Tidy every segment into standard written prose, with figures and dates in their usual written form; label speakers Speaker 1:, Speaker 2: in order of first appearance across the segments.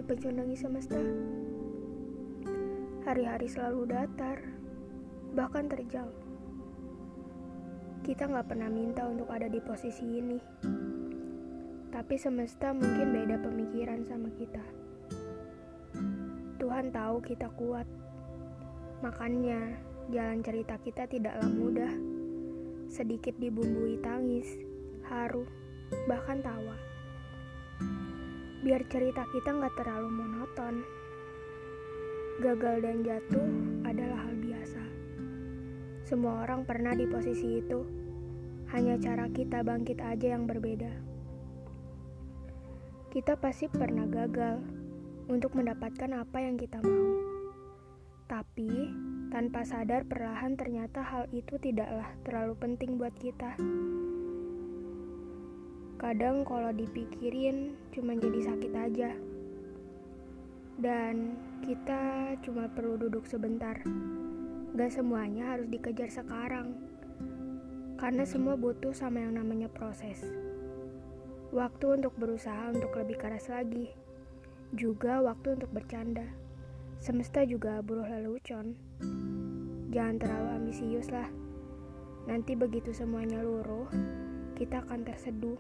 Speaker 1: dipecundangi semesta. Hari-hari selalu datar, bahkan terjal. Kita gak pernah minta untuk ada di posisi ini. Tapi semesta mungkin beda pemikiran sama kita. Tuhan tahu kita kuat. Makanya jalan cerita kita tidaklah mudah. Sedikit dibumbui tangis, haru, bahkan tawa. Biar cerita kita gak terlalu monoton. Gagal dan jatuh adalah hal biasa. Semua orang pernah di posisi itu. Hanya cara kita bangkit aja yang berbeda. Kita pasti pernah gagal untuk mendapatkan apa yang kita mau. Tapi tanpa sadar perlahan ternyata hal itu tidaklah terlalu penting buat kita. Kadang kalau dipikirin cuma jadi sakit aja. Dan kita cuma perlu duduk sebentar. Gak semuanya harus dikejar sekarang. Karena semua butuh sama yang namanya proses. Waktu untuk berusaha untuk lebih keras lagi. Juga waktu untuk bercanda. Semesta juga buruh lelucon. Jangan terlalu ambisius lah. Nanti begitu semuanya luruh, kita akan terseduh.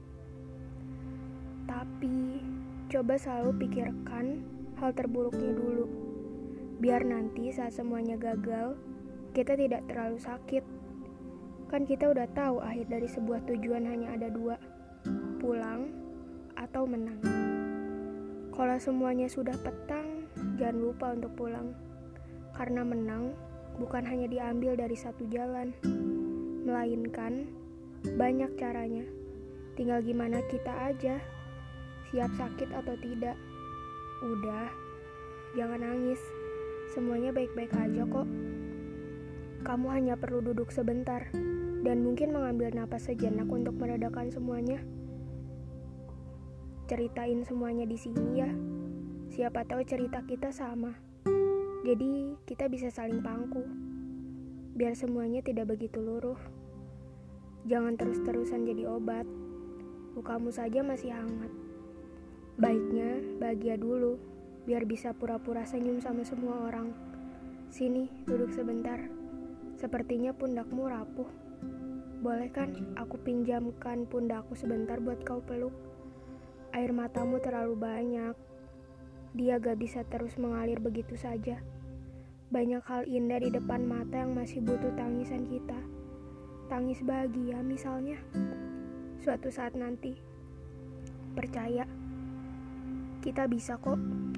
Speaker 1: Tapi coba selalu pikirkan hal terburuknya dulu. Biar nanti saat semuanya gagal, kita tidak terlalu sakit. Kan kita udah tahu akhir dari sebuah tujuan hanya ada dua, pulang atau menang. Kalau semuanya sudah petang, jangan lupa untuk pulang. Karena menang bukan hanya diambil dari satu jalan, melainkan banyak caranya. Tinggal gimana kita aja, siap sakit atau tidak. Udah, jangan nangis. Semuanya baik-baik aja kok. Kamu hanya perlu duduk sebentar dan mungkin mengambil napas sejenak untuk meredakan semuanya. Ceritain semuanya di sini ya. Siapa tahu cerita kita sama. Jadi kita bisa saling pangku. Biar semuanya tidak begitu luruh. Jangan terus-terusan jadi obat. Lukamu saja masih hangat. Baiknya bahagia dulu, biar bisa pura-pura senyum sama semua orang. Sini, duduk sebentar. Sepertinya pundakmu rapuh. Boleh kan aku pinjamkan pundakku sebentar buat kau peluk? Air matamu terlalu banyak. Dia gak bisa terus mengalir begitu saja. Banyak hal indah di depan mata yang masih butuh tangisan kita. Tangis bahagia misalnya. Suatu saat nanti. Percaya. Kita bisa kok.